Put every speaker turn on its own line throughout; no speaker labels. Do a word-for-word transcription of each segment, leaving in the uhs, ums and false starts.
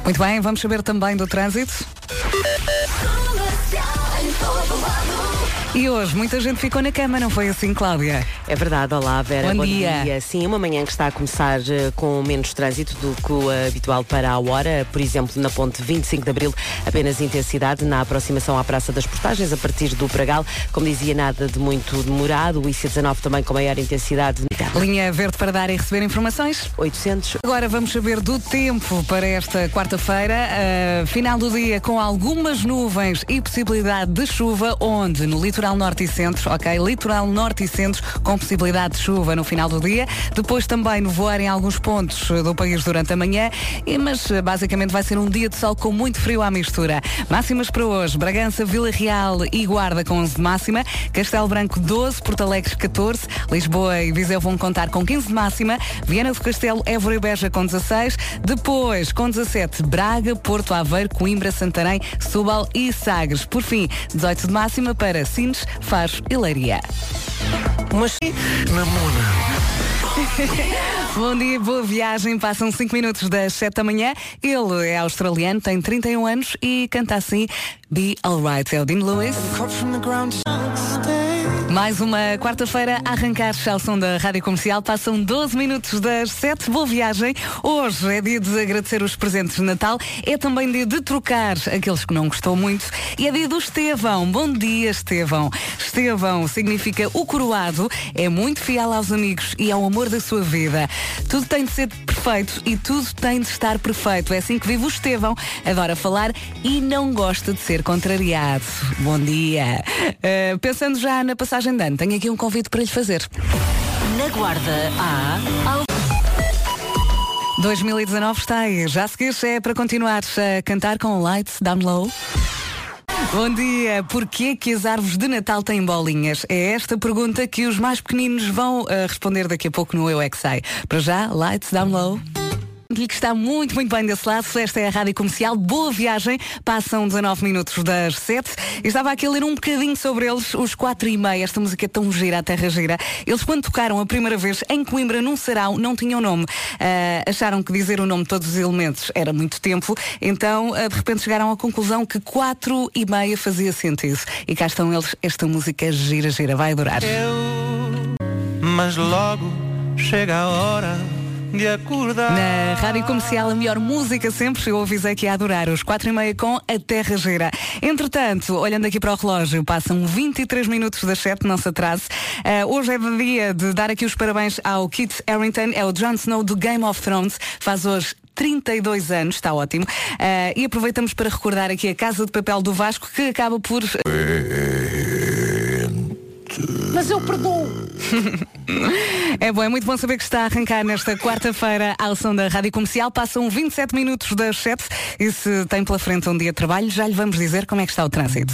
Muito bem, vamos saber também do trânsito. E hoje muita gente ficou na cama, não foi assim, Cláudia?
É verdade, olá Vera,
bom,
bom
dia.
dia. Sim, uma manhã que está a começar uh, com menos trânsito do que o uh, habitual para a hora. Por exemplo, na ponte vinte e cinco de Abril, apenas intensidade na aproximação à Praça das Portagens, a partir do Pragal. Como dizia, nada de muito demorado. O I C dezanove também com maior intensidade.
Linha verde para dar e receber informações.
oitocentos.
Agora vamos saber do tempo para esta quarta-feira. Uh, final do dia com algumas nuvens e possibilidade de chuva, onde? No litoral norte e centro, ok? Litoral norte e centro com possibilidade de chuva no final do dia. Depois também nevoar em alguns pontos do país durante a manhã, e, mas basicamente vai ser um dia de sol com muito frio à mistura. Máximas para hoje: Bragança, Vila Real e Guarda com onze de máxima, Castelo Branco doze, Porto Alegre catorze, Lisboa e Viseu vão contar com quinze de máxima, Viana do Castelo, Évora e Beja com dezasseis, depois com dezassete Braga, Porto, Aveiro, Coimbra, Santarém, Setúbal e Sagres. Por fim, dezoito de máxima para Sines, Faro e Leiria.
Mas...
Bom dia, boa viagem. Passam cinco minutos das sete da manhã. Ele é australiano, tem trinta e um anos e canta assim Be Alright. É o Dean Lewis. Mais uma quarta-feira a arrancar ao som da Rádio Comercial. Passam doze minutos das sete. Boa viagem. Hoje é dia de agradecer os presentes de Natal. É também dia de trocar aqueles que não gostou muito. E é dia do Estevão. Bom dia, Estevão. Estevão significa o coroado. É muito fiel aos amigos e ao amor da sua vida. Tudo tem de ser perfeito e tudo tem de estar perfeito. É assim que vive o Estevão. Adora falar e não gosta de ser contrariado. Bom dia. Uh, pensando já na passagem de ano, tenho aqui um convite para lhe fazer.
Na Guarda há...
dois mil e dezanove está aí. Já a seguir é para continuar a cantar com Lights Down Low. Bom dia. Porquê que as árvores de Natal têm bolinhas? É esta pergunta que os mais pequeninos vão uh, responder daqui a pouco no Eu É Que Sei. Para já, Lights Down Low. Que está muito, muito bem desse lado. Esta é a Rádio Comercial. Boa viagem. Passam dezanove minutos das sete. E estava aqui a ler um bocadinho sobre eles, os quatro e meia. Esta música é tão gira, a terra gira. Eles, quando tocaram a primeira vez em Coimbra, num sarau, não tinham nome. Uh, acharam que dizer o nome de todos os elementos era muito tempo. Então, uh, de repente, chegaram à conclusão que quatro e meia fazia sentido. E cá estão eles. Esta música gira, gira. Vai adorar.
Eu, mas logo chega a hora de acordar.
Na Rádio Comercial, a melhor música sempre. Eu avisei que ia adorar os quatro e meia com a Terra Gira. Entretanto, olhando aqui para o relógio, passam vinte e três minutos das sete, não se atrase. Uh, hoje é o dia de dar aqui os parabéns ao Kit Harington, é o Jon Snow do Game of Thrones, faz hoje trinta e dois anos, está ótimo. Uh, e aproveitamos para recordar aqui a Casa de Papel do Vasco, que acaba por...
Mas eu perdoo.
É bom, é muito bom saber que está a arrancar nesta quarta-feira ao som da Rádio Comercial. Passam vinte e sete minutos das sete e se tem pela frente um dia de trabalho, já lhe vamos dizer como é que está o trânsito.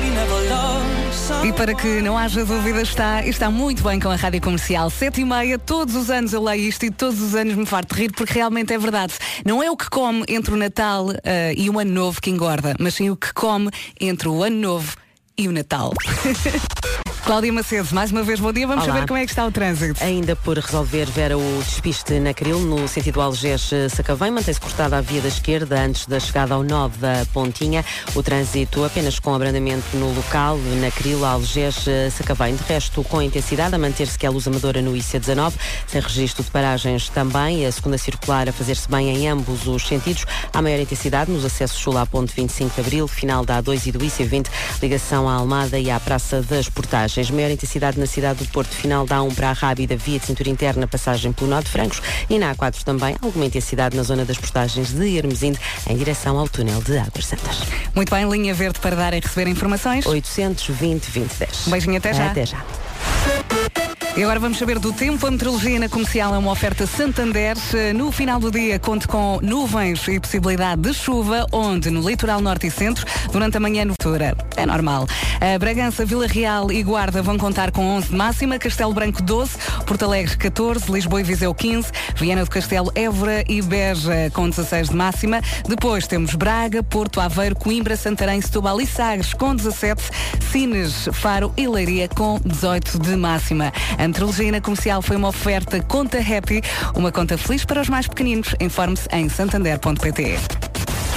E para que não haja dúvidas, está, está muito bem com a Rádio Comercial. Sete e meia, todos os anos eu leio isto e todos os anos me farto de rir, porque realmente é verdade. Não é o que come entre o Natal uh, e o Ano Novo que engorda, mas sim o que come entre o Ano Novo e o Natal. Cláudia Macedo, mais uma vez bom dia. Vamos
Olá.
saber como é que está o trânsito.
Ainda por resolver, Vera, o despiste na Cril, no sentido Algés-Sacavém, mantém-se cortada a via da esquerda antes da chegada ao nó da Pontinha. O trânsito apenas com abrandamento no local, na Cril, Algés-Sacavém. De resto, com intensidade, a manter-se que é a luz amadora no I C dezanove, sem registro de paragens também. A segunda circular a fazer-se bem em ambos os sentidos. Há maior intensidade nos acessos sul à ponte vinte e cinco de Abril, final da A dois e do I C vinte, ligação à Almada e à Praça das Portagens. Maior intensidade na cidade do Porto, final da A um para a Rábida, via de cintura interna, passagem pelo Nó de Francos, e na A quatro também alguma intensidade na zona das portagens de Hermesinde, em direção ao túnel de Águas Santas.
Muito bem, linha verde para dar e receber informações.
oitocentos e vinte, vinte e dez.
Um beijinho, até já.
Até já.
E agora vamos saber do tempo. A meteorologia na Comercial é uma oferta Santander. No final do dia conto com nuvens e possibilidade de chuva, onde no litoral norte e centro, durante a manhã no Futura. É normal. A Bragança, Vila Real e Guarda vão contar com onze de máxima, Castelo Branco doze, Porto Alegre catorze, Lisboa e Viseu quinze, Viana do Castelo, Évora e Beja com dezasseis de máxima. Depois temos Braga, Porto, Aveiro, Coimbra, Santarém, Setúbal e Sagres com dezassete, Sines, Faro e Leiria com dezoito de máxima. A meteorologia na Comercial foi uma oferta Conta Happy, uma conta feliz para os mais pequeninos. Informe-se em santander ponto pt.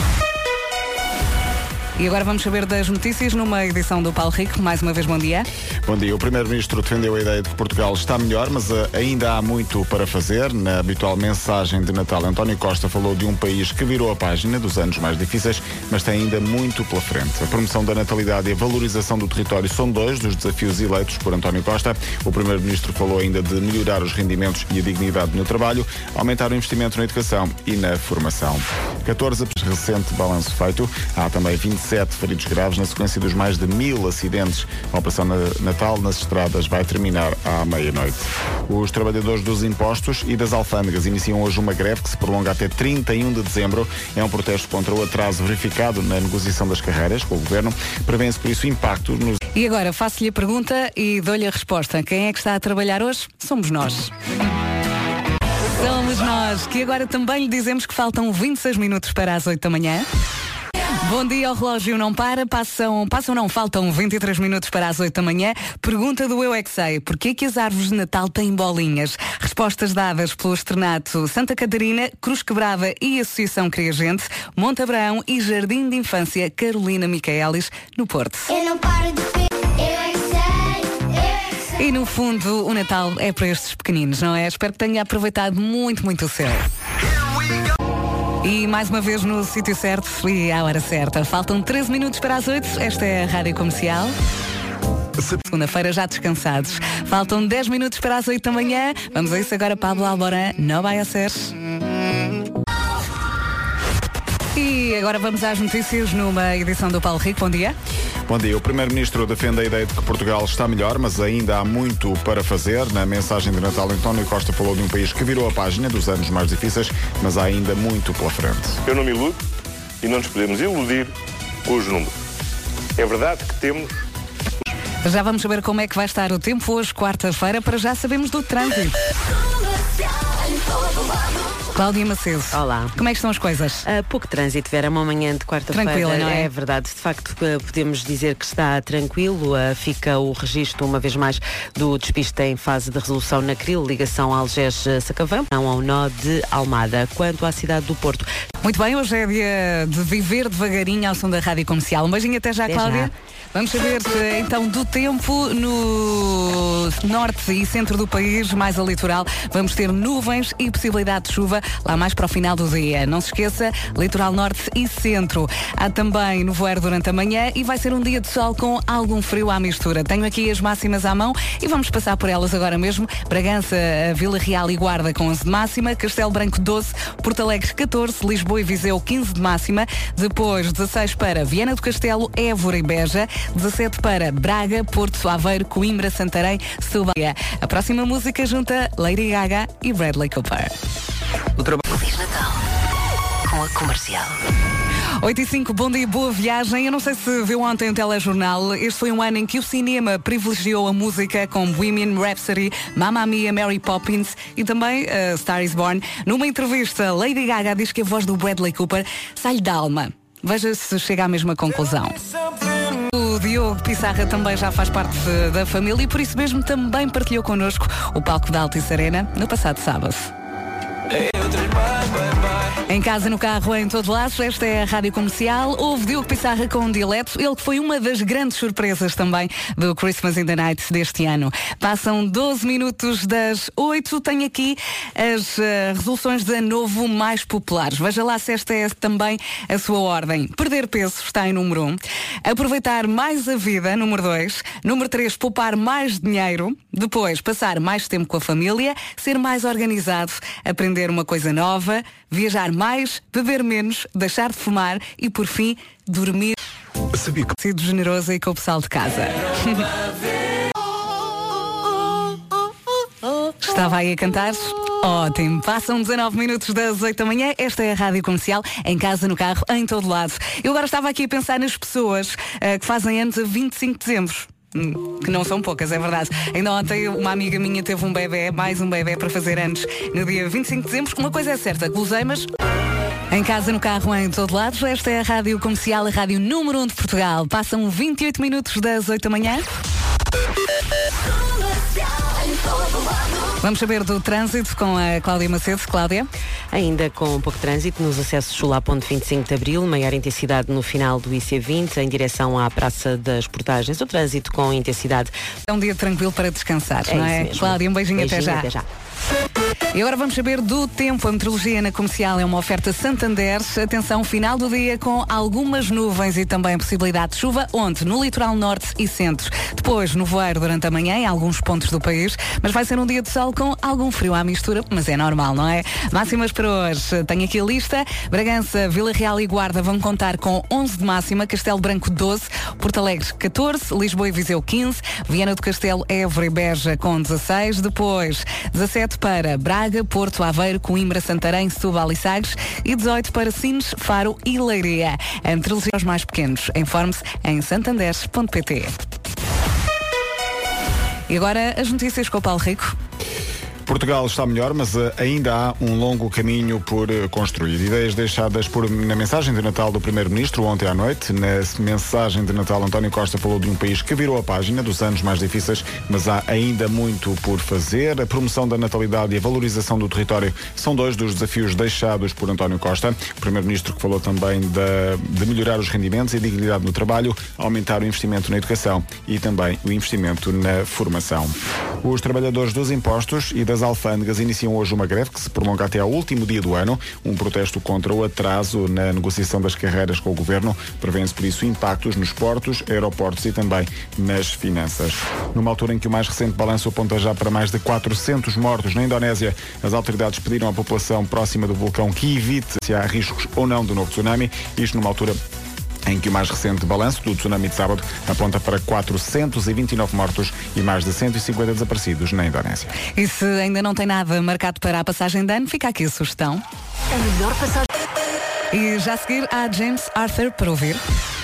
E agora vamos saber das notícias numa edição do Paulo Rico. Mais uma vez, bom dia.
Bom dia. O Primeiro-Ministro defendeu a ideia de que Portugal está melhor, mas uh, ainda há muito para fazer. Na habitual mensagem de Natal, António Costa falou de um país que virou a página dos anos mais difíceis, mas tem ainda muito pela frente. A promoção da natalidade e a valorização do território são dois dos desafios eleitos por António Costa. O Primeiro-Ministro falou ainda de melhorar os rendimentos e a dignidade no trabalho, aumentar o investimento na educação e na formação. catorze recente balanço feito. Há também vinte e sete feridos graves na sequência dos mais de mil acidentes. A Operação Natal nas estradas vai terminar à meia-noite. Os trabalhadores dos impostos e das alfândegas iniciam hoje uma greve que se prolonga até trinta e um de dezembro. É um protesto contra o atraso verificado na negociação das carreiras com o Governo. Prevê-se por isso impacto nos...
E agora faço-lhe a pergunta e dou-lhe a resposta. Quem é que está a trabalhar hoje? Somos nós. Somos nós, que agora também lhe dizemos que faltam vinte e seis minutos para as oito da manhã. Bom dia, o relógio não para, passam, passam não, faltam vinte e três minutos para as oito da manhã. Pergunta do Eu é que Sei, porquê que as árvores de Natal têm bolinhas? Respostas dadas pelo Externato Santa Catarina, Cruz Quebrada e Associação Criagente, Monte Abraão e Jardim de Infância Carolina Micaelis, no Porto.
Eu não paro de ver, eu é que sei, eu é que sei.
E no fundo, o Natal é para estes pequeninos, não é? Espero que tenha aproveitado muito, muito o céu. E mais uma vez no sítio certo e à hora certa. Faltam treze minutos para as oito. Esta é a Rádio Comercial. Segunda-feira já descansados. Faltam dez minutos para as oito da manhã. Vamos a isso agora, Pablo Alborán. Não vai a ser. E agora vamos às notícias numa edição do Paulo Rico. Bom dia.
Bom dia. O Primeiro-Ministro defende a ideia de que Portugal está melhor, mas ainda há muito para fazer. Na mensagem de Natal, António Costa falou de um país que virou a página dos anos mais difíceis, mas há ainda muito pela frente.
Eu não me iludo e não nos podemos iludir com os números. É verdade que temos...
Já vamos saber como é que vai estar o tempo hoje, quarta-feira, para já sabemos do trânsito. Cláudia Macedo.
Olá.
Como é que estão as coisas?
Uh, pouco trânsito, Vera, uma manhã de quarta-feira.
Tranquila, não é?
É verdade. De facto, uh, podemos dizer que está tranquilo. Uh, fica o registro, uma vez mais, do despiste em fase de resolução na Cril, ligação a Algés-Sacavém, não ao nó de Almada. Quanto à cidade do Porto.
Muito bem, hoje é dia de viver devagarinho ao som da Rádio Comercial. Um beijinho até já,
Até
Cláudia.
já.
Vamos saber então do tempo no norte e centro do país, mais a litoral. Vamos ter nuvens e possibilidade de chuva lá mais para o final do dia. Não se esqueça, litoral norte e centro. Há também nevoeiro durante a manhã e vai ser um dia de sol com algum frio à mistura. Tenho aqui as máximas à mão e vamos passar por elas agora mesmo. Bragança, Vila Real e Guarda com onze de máxima, Castelo Branco doze, Porto Alegre catorze, Lisboa e Viseu quinze de máxima, depois dezasseis para Viana do Castelo, Évora e Beja, dezassete para Braga, Porto, Aveiro, Coimbra, Santarém, Setúbal. A próxima música junta Lady Gaga e Bradley Cooper.
O trabalho Feliz Natal com a Comercial.
oito e cinco, bom dia, boa viagem. Eu não sei se viu ontem o telejornal. Este foi um ano em que o cinema privilegiou a música com Bohemian Rhapsody, Mamma Mia, Mary Poppins e também uh, Star is Born. Numa entrevista, Lady Gaga diz que a voz do Bradley Cooper sai-lhe da alma. Veja se chega à mesma conclusão. O Diogo Pissarra também já faz parte da família e por isso mesmo também partilhou connosco o palco da Altice Arena no passado sábado. Em casa, no carro, em todo lado, esta é a Rádio Comercial. Houve Diogo Pissarra com um dialeto, ele que foi uma das grandes surpresas também do Christmas in the Night deste ano. Passam doze minutos das oito, tenho aqui as uh, resoluções de ano novo mais populares. Veja lá se esta é também a sua ordem. Perder peso está em número um. Aproveitar mais a vida, número dois. Número três, poupar mais dinheiro. Depois, passar mais tempo com a família. Ser mais organizado. Aprender uma coisa nova. Viajar mais, beber menos, deixar de fumar e, por fim, dormir.
Sabia que...
Sido generoso e com o pessoal de casa. Estava aí a cantar? Ótimo. Passam dezanove minutos das oito da manhã. Esta é a Rádio Comercial, em casa, no carro, em todo lado. Eu agora estava aqui a pensar nas pessoas uh, que fazem anos a vinte e cinco de dezembro. Que não são poucas, é verdade. Ainda ontem uma amiga minha teve um bebê, mais um bebê para fazer anos no dia vinte e cinco de dezembro. Uma coisa é certa, guloseimas em casa, no carro, em todo lado. Esta é a Rádio Comercial, a rádio número um de Portugal. Passam vinte e oito minutos das oito da manhã. Vamos saber do trânsito com a Cláudia Macedo. Cláudia?
Ainda com pouco trânsito nos acessos Sul à Ponte vinte e cinco de Abril, maior intensidade no final do I C vinte, em direção à Praça das Portagens. O trânsito com intensidade.
É um dia tranquilo para descansar,
É
não é?
isso mesmo.
Cláudia, um beijinho,
Beijinho,
até já.
até já.
E agora vamos saber do tempo. A meteorologia na comercial é uma oferta Santander. Atenção, final do dia com algumas nuvens e também possibilidade de chuva, onde? No litoral norte e centro. Depois, nevoeiro durante a manhã em alguns pontos do país, mas vai ser um dia de sol com algum frio à mistura, mas é normal, não é? Máximas para hoje. Tenho aqui a lista. Bragança, Vila Real e Guarda vão contar com onze de máxima, Castelo Branco doze, Porto Alegre catorze, Lisboa e Viseu quinze, Viana do Castelo, Évora e Beja com dezasseis, depois dezassete para Braga, Porto, Aveiro, Coimbra, Santarém, Setúbal e Sagres e dezoito para Sines, Faro e Leiria. A meteorologia aos mais pequenos. Informe-se em santander ponto pt. E agora as notícias com o Paulo Rico.
Portugal está melhor, mas uh, ainda há um longo caminho por uh, construir. Ideias deixadas por, na mensagem de Natal do Primeiro-Ministro ontem à noite. Na mensagem de Natal, António Costa falou de um país que virou a página dos anos mais difíceis, mas há ainda muito por fazer. A promoção da natalidade e a valorização do território são dois dos desafios deixados por António Costa. O Primeiro-Ministro que falou também de, de melhorar os rendimentos e a dignidade no trabalho, aumentar o investimento na educação e também o investimento na formação. Os trabalhadores dos impostos e das alfândegas iniciam hoje uma greve que se prolonga até ao último dia do ano, um protesto contra o atraso na negociação das carreiras com o Governo. Prevêem-se, por isso, impactos nos portos, aeroportos e também nas finanças. Numa altura em que o mais recente balanço aponta já para mais de quatrocentos mortos na Indonésia, as autoridades pediram à população próxima do vulcão que evite se há riscos ou não de novo tsunami, isto numa altura em que o mais recente balanço do tsunami de sábado aponta para quatrocentos e vinte e nove mortos e mais de cento e cinquenta desaparecidos na Indonésia.
E se ainda não tem nada marcado para a passagem de ano, fica aqui a sugestão.
A melhor passagem.
E já a seguir há James Arthur para ouvir.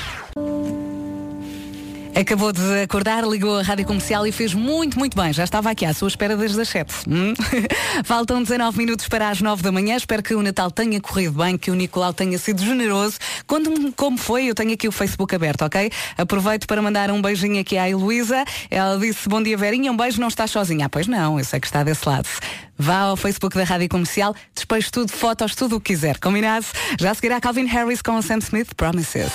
Acabou de acordar, ligou a Rádio Comercial e fez muito, muito bem. Já estava aqui à sua espera desde as sete. Hum? Faltam dezanove minutos para as nove da manhã. Espero que o Natal tenha corrido bem, que o Nicolau tenha sido generoso. Conte-me como foi. Eu tenho aqui o Facebook aberto, ok? Aproveito para mandar um beijinho aqui à Heloísa. Ela disse, bom dia, Verinha, um beijo, não estás sozinha. Ah, pois não, eu sei que está desse lado. Vá ao Facebook da Rádio Comercial, despeje tudo, fotos, tudo o que quiser. Combinado? Já seguirá Calvin Harris com o Sam Smith, Promises.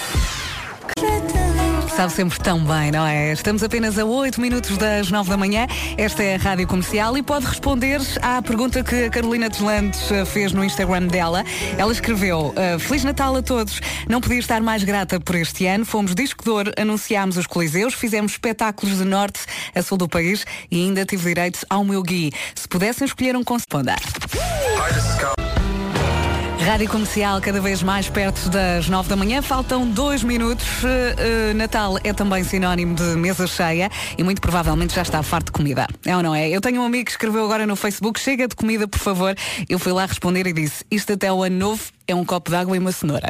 Sabe sempre tão bem, não é? Estamos apenas a oito minutos das nove da manhã. Esta é a Rádio Comercial e pode responder à pergunta que a Carolina Deslandes fez no Instagram dela. Ela escreveu, uh, Feliz Natal a todos. Não podia estar mais grata por este ano. Fomos disco de ouro, anunciámos os coliseus, fizemos espetáculos de norte a sul do país e ainda tive direito ao meu gui. Se pudessem escolher um correspondente. Rádio Comercial cada vez mais perto das nove da manhã. Faltam dois minutos. Uh, uh, Natal é também sinónimo de mesa cheia e muito provavelmente já está farto de comida. É ou não é? Eu tenho um amigo que escreveu agora no Facebook, chega de comida, por favor. Eu fui lá responder e disse, isto até o ano novo é um copo de água e uma cenoura.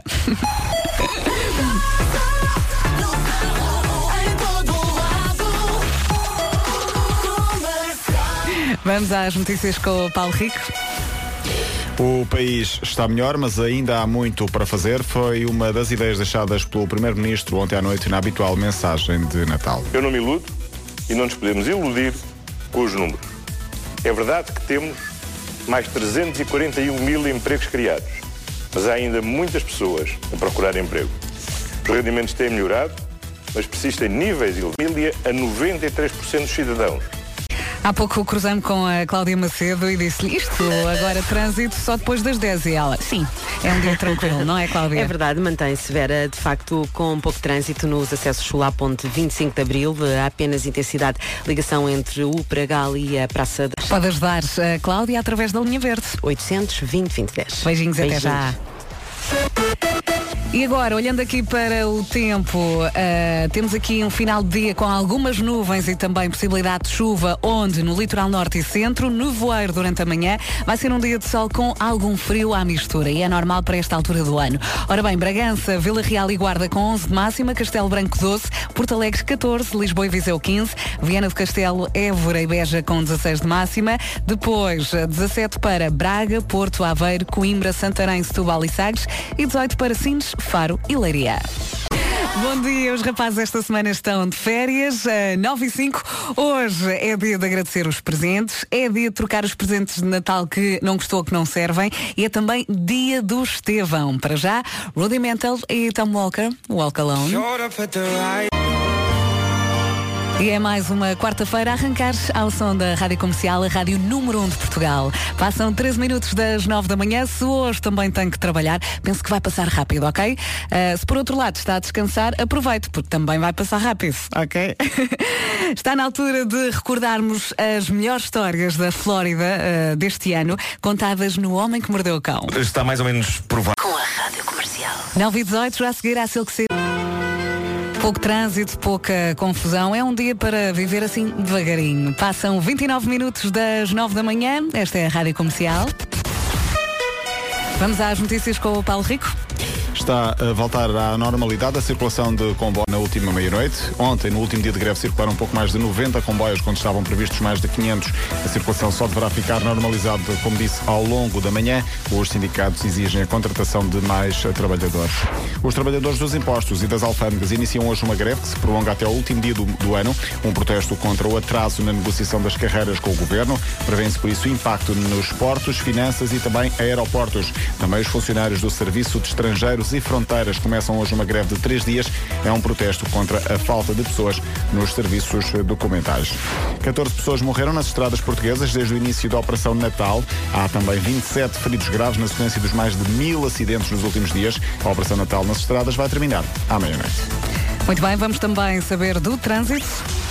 Vamos às notícias com o Paulo Rico.
O país está melhor, mas ainda há muito para fazer. Foi uma das ideias deixadas pelo Primeiro-Ministro ontem à noite na habitual mensagem de Natal.
Eu não me iludo e não nos podemos iludir com os números. É verdade que temos mais trezentos e quarenta e um mil empregos criados, mas há ainda muitas pessoas a procurar emprego. Os rendimentos têm melhorado, mas persistem níveis de família a noventa e três por cento dos cidadãos.
Há pouco cruzei-me com a Cláudia Macedo e disse-lhe isto, agora trânsito só depois das dez. E ela, sim, é um dia tranquilo, não é, Cláudia?
É verdade, mantém-se, Vera, de facto, com pouco trânsito nos acessos Sul à Ponte vinte e cinco de Abril. Há apenas intensidade, ligação entre o Pragal e a Praça das...
Pode ajudar a Cláudia através da linha verde.
oitocentos, vinte, vinte, dez.
Beijinhos,
Beijinhos.
até já. E agora, olhando aqui para o tempo, uh, temos aqui um final de dia com algumas nuvens e também possibilidade de chuva, onde no litoral norte e centro, nevoeiro durante a manhã, vai ser um dia de sol com algum frio à mistura e é normal para esta altura do ano. Ora bem, Bragança, Vila Real e Guarda com onze de máxima, Castelo Branco doze, Porto Alegre catorze, Lisboa e Viseu quinze, Viana do Castelo, Évora e Beja com dezasseis de máxima, depois dezassete para Braga, Porto, Aveiro, Coimbra, Santarém, Setúbal e Sagres e dezoito para Sines, Faro e Leiria. Bom dia, os rapazes esta semana estão de férias, nove e cinco. Hoje é dia de agradecer os presentes, é dia de trocar os presentes de Natal que não gostou, que não servem, e é também dia do Estevão. Para já, Rudimental e Tom Walker, Walk Alone. E é mais uma quarta-feira a arrancar ao som da Rádio Comercial, a Rádio número um de Portugal. Passam treze minutos das nove da manhã. Se hoje também tem que trabalhar, penso que vai passar rápido, ok? Uh, se por outro lado está a descansar, aproveite, porque também vai passar rápido, ok? Está na altura de recordarmos as melhores histórias da Flórida uh, deste ano, contadas no Homem que Mordeu o Cão.
Está mais ou menos provado.
Com a Rádio Comercial.
nove e dezoito, já a seguir à Silk City. Pouco trânsito, pouca confusão. É um dia para viver assim devagarinho. Passam vinte e nove minutos das nove da manhã. Esta é a Rádio Comercial. Vamos às notícias com o Paulo Rico.
Está a voltar à normalidade a circulação de comboio na última meia-noite. Ontem, no último dia de greve, circularam um pouco mais de noventa comboios, quando estavam previstos mais de quinhentos. A circulação só deverá ficar normalizada, como disse, ao longo da manhã. Os sindicatos exigem a contratação de mais trabalhadores. Os trabalhadores dos impostos e das alfândegas iniciam hoje uma greve que se prolonga até ao último dia do, do ano. Um protesto contra o atraso na negociação das carreiras com o governo. Prevê-se, por isso, impacto nos portos, finanças e também aeroportos. Também os funcionários do Serviço de Estrangeiros e Fronteiras começam hoje uma greve de três dias. É um protesto contra a falta de pessoas nos serviços documentais. catorze pessoas morreram nas estradas portuguesas desde o início da Operação Natal. Há também vinte e sete feridos graves na sequência dos mais de mil acidentes nos últimos dias. A Operação Natal nas estradas vai terminar à meia-noite.
Muito bem, vamos também saber do trânsito.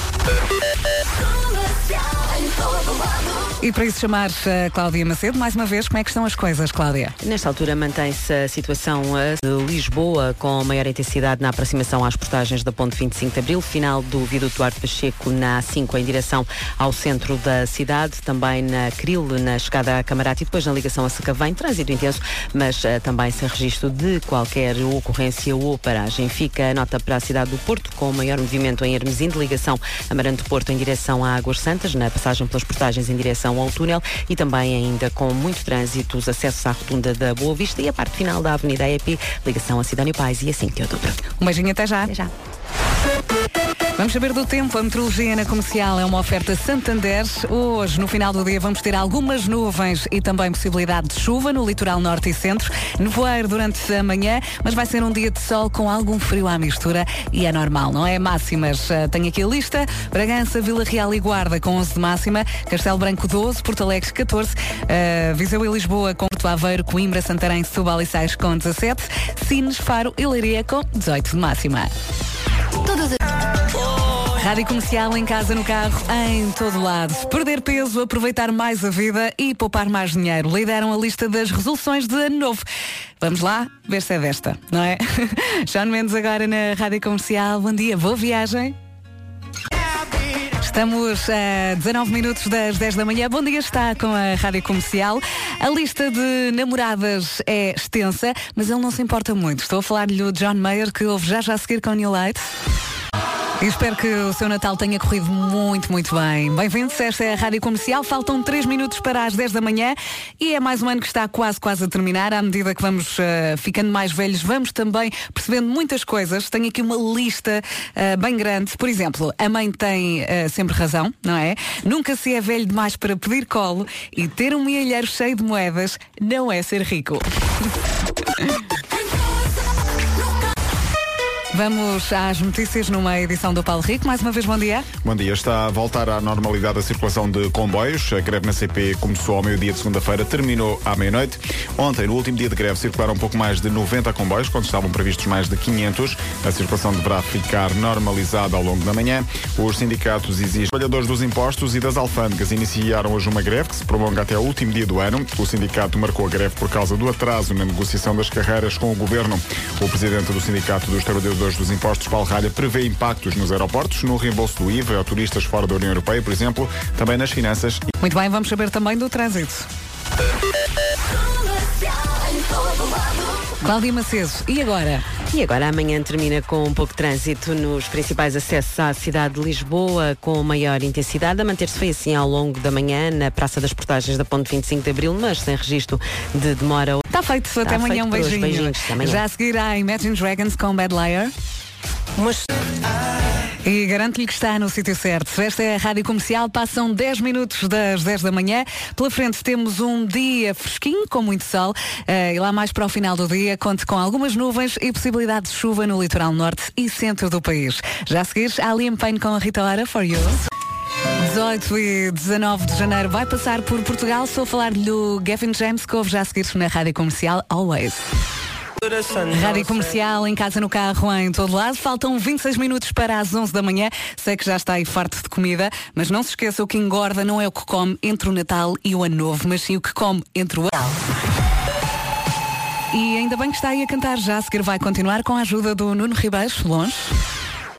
E para isso chamar a Cláudia Macedo, mais uma vez, como é que estão as coisas, Cláudia?
Nesta altura mantém-se a situação de Lisboa com maior intensidade na aproximação às portagens da Ponte vinte e cinco de Abril, final do viaduto Duarte Pacheco na A cinco em direção ao centro da cidade, também na Cril, na chegada a Camarate e depois na ligação a Sacavém, trânsito intenso, mas uh, também sem registro de qualquer ocorrência ou paragem. Fica a nota para a cidade do Porto, com maior movimento em Hermesinde, ligação Amarante Porto em direção a Águas Santas, na passagem pelas portagens em direção ao túnel e também ainda com muito trânsito os acessos à rotunda da Boa Vista e a parte final da Avenida E P, ligação a Sidónio Pais e a cinco de outubro.
Um beijinho, até já.
Até já.
Vamos saber do tempo. A meteorologia na Comercial é uma oferta Santander. Hoje, no final do dia, vamos ter algumas nuvens e também possibilidade de chuva no litoral norte e centro. Nevoeiro durante a manhã, mas vai ser um dia de sol com algum frio à mistura e é normal, não é? Máximas. Uh, tenho aqui a lista. Bragança, Vila Real e Guarda com onze de máxima. Castelo Branco doze, Porto Alegre catorze. Uh, Viseu e Lisboa com Porto Aveiro, Coimbra, Santarém, Setúbal e Sais com dezassete. Sines, Faro e Leiria com dezoito de máxima.
Todas as...
Rádio Comercial, em casa, no carro, em todo lado. Perder peso, aproveitar mais a vida e poupar mais dinheiro. Lideram a lista das resoluções de ano novo. Vamos lá ver se é desta, não é? João Mendes agora na Rádio Comercial. Bom dia, boa viagem. Estamos a dezanove minutos das dez da manhã. Bom dia, está com a Rádio Comercial. A lista de namoradas é extensa, mas ele não se importa muito. Estou a falar-lhe do John Mayer, que ouve já já a seguir com New Light. E espero que o seu Natal tenha corrido muito, muito bem. Bem-vindos, esta é a Rádio Comercial. Faltam três minutos para as dez da manhã e é mais um ano que está quase, quase a terminar. À medida que vamos uh, ficando mais velhos, vamos também percebendo muitas coisas. Tenho aqui uma lista uh, bem grande. Por exemplo, a mãe tem uh, sempre razão, não é? Nunca se é velho demais para pedir colo e ter um milheiro cheio de moedas não é ser rico. Vamos às notícias numa edição do Paulo Rico. Mais uma vez, bom dia.
Bom dia. Está a voltar à normalidade a circulação de comboios. A greve na C P começou ao meio-dia de segunda-feira, terminou à meia-noite. Ontem, no último dia de greve, circularam um pouco mais de noventa comboios, quando estavam previstos mais de quinhentos. A circulação deverá ficar normalizada ao longo da manhã. Os sindicatos exigem. Os trabalhadores dos impostos e das alfândegas iniciaram hoje uma greve que se prolonga até ao último dia do ano. O sindicato marcou a greve por causa do atraso na negociação das carreiras com o governo. O presidente do Sindicato dos Trabalhadores dos Impostos, Paulo Ralha, prevê impactos nos aeroportos, no reembolso do I V A a turistas fora da União Europeia, por exemplo, também nas finanças.
Muito bem, vamos saber também do trânsito. Cláudia Macedo, e agora?
E agora amanhã termina com um pouco de trânsito nos principais acessos à cidade de Lisboa, com maior intensidade. A manter-se foi assim ao longo da manhã na Praça das Portagens da Ponte vinte e cinco de Abril, mas sem registro de demora.
Está feito,
Está
até amanhã,
feito
um beijinho.
Beijinhos, até amanhã.
Já a seguir a Imagine Dragons com Bad Liar.
Mas...
E garanto-lhe que está no sítio certo. Esta é a Rádio Comercial, passam dez minutos das dez da manhã. Pela frente temos um dia fresquinho, com muito sol. Uh, e lá mais para o final do dia, conte com algumas nuvens e possibilidade de chuva no litoral norte e centro do país. Já a seguir, há Liam Payne com a Rita Ora, For You. dezoito e dezanove de janeiro vai passar por Portugal. Estou a falar-lhe do Gavin James, que ouve já a seguir na Rádio Comercial, Always. Rádio Comercial, em casa, no carro, em todo lado. Faltam vinte e seis minutos para as onze da manhã. Sei que já está aí farto de comida, mas não se esqueça, o que engorda não é o que come entre o Natal e o Ano Novo, mas sim o que come entre o Natal. E ainda bem que está aí a cantar. Já a seguir vai continuar com a ajuda do Nuno Ribeiro, longe.